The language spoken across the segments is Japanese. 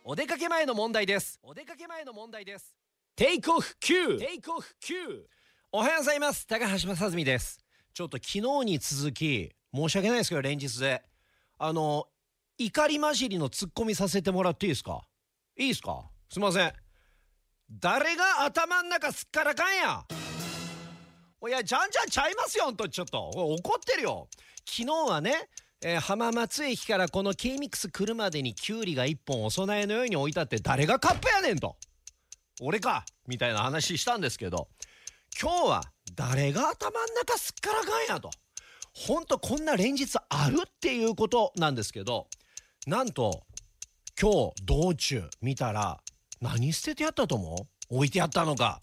お出かけ前の問題です。テイクオフ Q。 おはようございます。高橋正純です。ちょっと昨日に続き申し訳ないですけど、連日で怒り混じりのツッコミさせてもらっていいですか？すいません。誰が頭ん中すっからかんや。いや、じゃんじゃんちゃいますよ。ほんとちょっと怒ってるよ。昨日はね、浜松駅からこの K-MIX 来るまでにキュウリが1本お供えのように置いてあって、誰がカップやねんと、俺かみたいな話したんですけど、今日は誰が頭ん中すっからかんやと、ほんとこんな連日あるっていうことなんですけど、なんと今日道中見たら何捨ててやったと思う？置いてやったのか。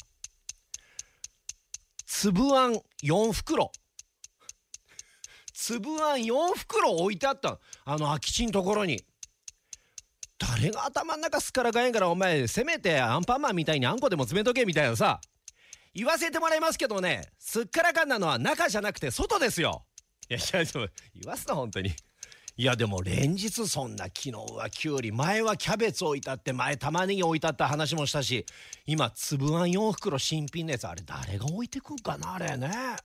粒あん4袋置いてあったの。空き地のところに。誰が頭ん中すっからかんやから、お前せめてアンパンマンみたいにあんこでも詰めとけみたいなさ、言わせてもらいますけどね、すっからかんなのは中じゃなくて外ですよ。いや言わすな本当に。いやでも連日そんな、昨日はきゅうり、前はキャベツ置いたって、前玉ねぎ置いたった話もしたし、今粒あん4袋新品のやつ、あれ誰が置いてくんかなあれね。